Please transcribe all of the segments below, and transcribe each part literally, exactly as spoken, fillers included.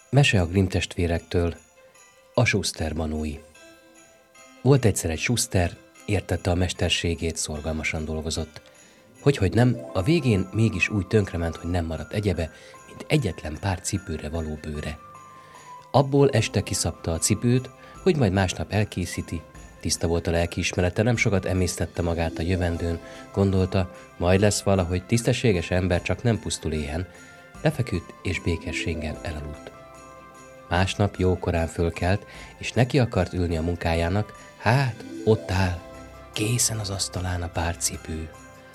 Mese a Grimm testvérektől, a Schuster manói. Volt egyszer egy Schuster, értette a mesterségét, szorgalmasan dolgozott. Hogyhogy nem, a végén mégis úgy tönkrement, hogy nem maradt egyebe, mint egyetlen pár cipőre való bőre. Abból este kiszabta a cipőt, hogy majd másnap elkészíti. Tiszta volt a lelkiismerete, nem sokat emésztette magát a jövendőn, gondolta, majd lesz valahogy tisztességes ember, csak nem pusztul éhen. Lefeküdt és békességgel elaludt. Másnap jókorán fölkelt, és neki akart ülni a munkájának, hát ott áll, készen az asztalán a pár cipő.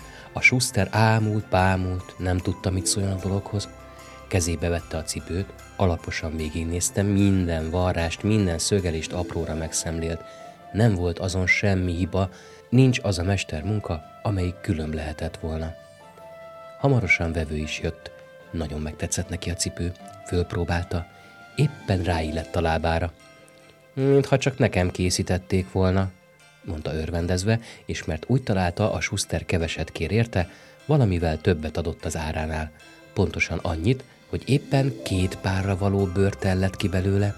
A Schuster ámult, bámult, nem tudta, mit szóljon a dologhoz. Kezébe vette a cipőt, alaposan végignézte, minden varrást, minden szögelést apróra megszemlélt. Nem volt azon semmi hiba, nincs az a mestermunka, amelyik különb lehetett volna. Hamarosan vevő is jött. Nagyon megtetszett neki a cipő, fölpróbálta, éppen ráillett a lábára. Mintha csak nekem készítették volna, mondta örvendezve, és mert úgy találta, a Schuster keveset kér érte, valamivel többet adott az áránál. Pontosan annyit, hogy éppen két párra való bőrt tellett ki belőle.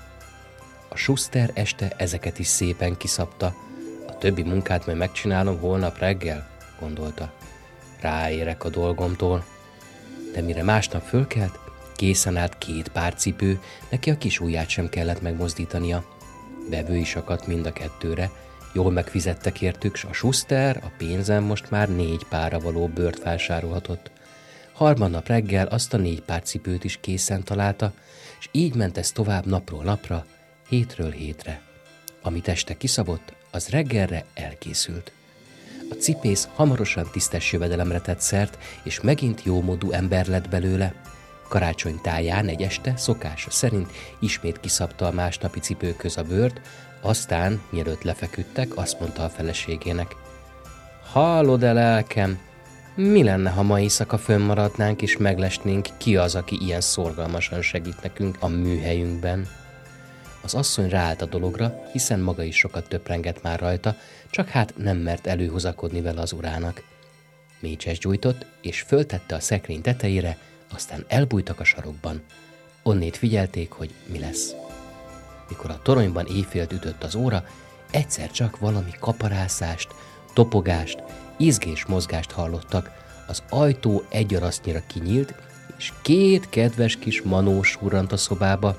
A Schuster este ezeket is szépen kiszabta. A többi munkát majd megcsinálom holnap reggel, gondolta. Ráérek a dolgomtól. De mire másnap fölkelt, készen állt két pár cipő, neki a kis ujját sem kellett megmozdítania. Vevő is akadt mind a kettőre, jól megfizettek értük, s a Schuster a pénzen most már négy párra való bőrt vásárolhatott. Harmadnap reggel azt a négy pár cipőt is készen találta, és így ment ez tovább napról napra, hétről hétre. Amit este kiszabott, az reggelre elkészült. A cipész hamarosan tisztes jövedelemre tett szert, és megint jómódú ember lett belőle. Karácsony táján egy este szokása szerint ismét kiszabta a másnapi cipőköz a bőrt, aztán, mielőtt lefeküdtek, azt mondta a feleségének. Hallod-e, lelkem? Mi lenne, ha ma éjszaka fönnmaradnánk és meglesnénk, ki az, aki ilyen szorgalmasan segít nekünk a műhelyünkben? Az asszony ráállt a dologra, hiszen maga is sokat töprengett már rajta, csak hát nem mert előhozakodni vele az urának. Mécses gyújtott, és föltette a szekrény tetejére, aztán elbújtak a sarokban. Onnét figyelték, hogy mi lesz. Mikor a toronyban éjfélt ütött az óra, egyszer csak valami kaparászást, topogást, izgés mozgást hallottak, az ajtó egy arasznyira kinyílt, és két kedves kis manó surrant a szobába.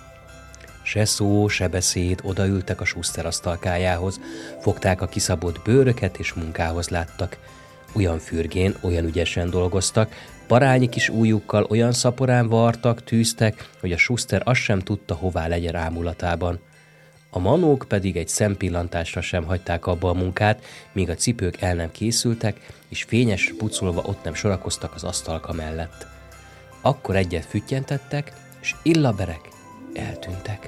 Se szó, se beszéd, odaültek a Schuster asztalkájához, fogták a kiszabott bőröket és munkához láttak. Olyan fürgén, olyan ügyesen dolgoztak, parányi kis ujjukkal olyan szaporán vartak, tűztek, hogy a Schuster azt sem tudta, hová legyen ámulatában. A manók pedig egy szempillantásra sem hagyták abba a munkát, míg a cipők el nem készültek, és fényesre pucolva ott nem sorakoztak az asztalka mellett. Akkor egyet füttyentettek, és illaberek eltűntek.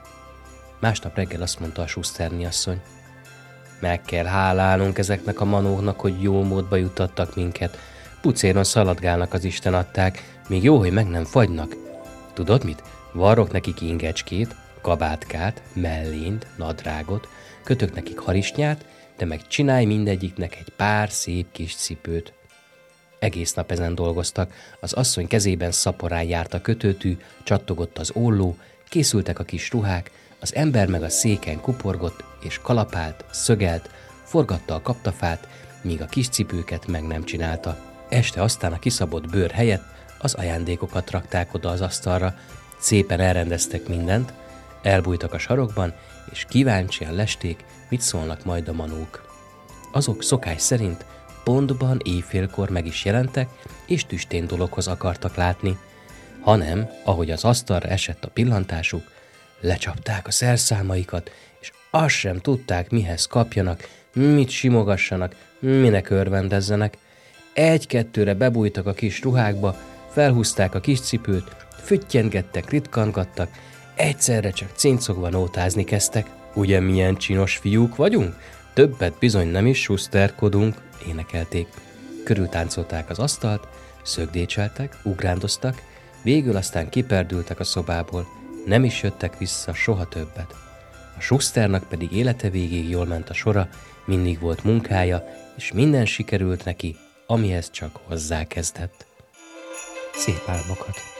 Másnap reggel azt mondta a Schusterni asszony. Meg kell hálálnunk ezeknek a manóknak, hogy jó módba juttattak minket. Pucéron szaladgálnak, az Isten adták, még jó, hogy meg nem fagynak. Tudod mit? Varrok nekik ingecskét, kabátkát, mellényt, nadrágot, kötök nekik harisnyát, de meg csinálj mindegyiknek egy pár szép kis cipőt. Egész nap ezen dolgoztak, az asszony kezében szaporán járt a kötőtű, csattogott az olló, készültek a kis ruhák, az ember meg a széken kuporgott, és kalapált, szögelt, forgatta a kaptafát, míg a kis cipőket meg nem csinálta. Este aztán a kiszabott bőr helyett az ajándékokat rakták oda az asztalra, szépen elrendeztek mindent, elbújtak a sarokban, és kíváncsian lesték, mit szólnak majd a manók. Azok szokás szerint pontban éjfélkor meg is jelentek, és tüstén dologhoz akartak látni, hanem, ahogy az asztalra esett a pillantásuk, lecsapták a szerszámaikat, és azt sem tudták, mihez kapjanak, mit simogassanak, minek örvendezzenek. Egy-kettőre bebújtak a kis ruhákba, felhúzták a kis cipőt, füttyengettek, ritkantgattak, egyszerre csak cincogva nótázni kezdtek. Ugye milyen csinos fiúk vagyunk? Többet bizony nem is suszterkodunk, énekelték. Körültáncolták az asztalt, szögdécseltek, ugrándoztak, végül aztán kiperdültek a szobából, nem is jöttek vissza soha többet. A Schusternak pedig élete végéig jól ment a sora, mindig volt munkája, és minden sikerült neki, amihez csak hozzákezdett. Szép álmokat!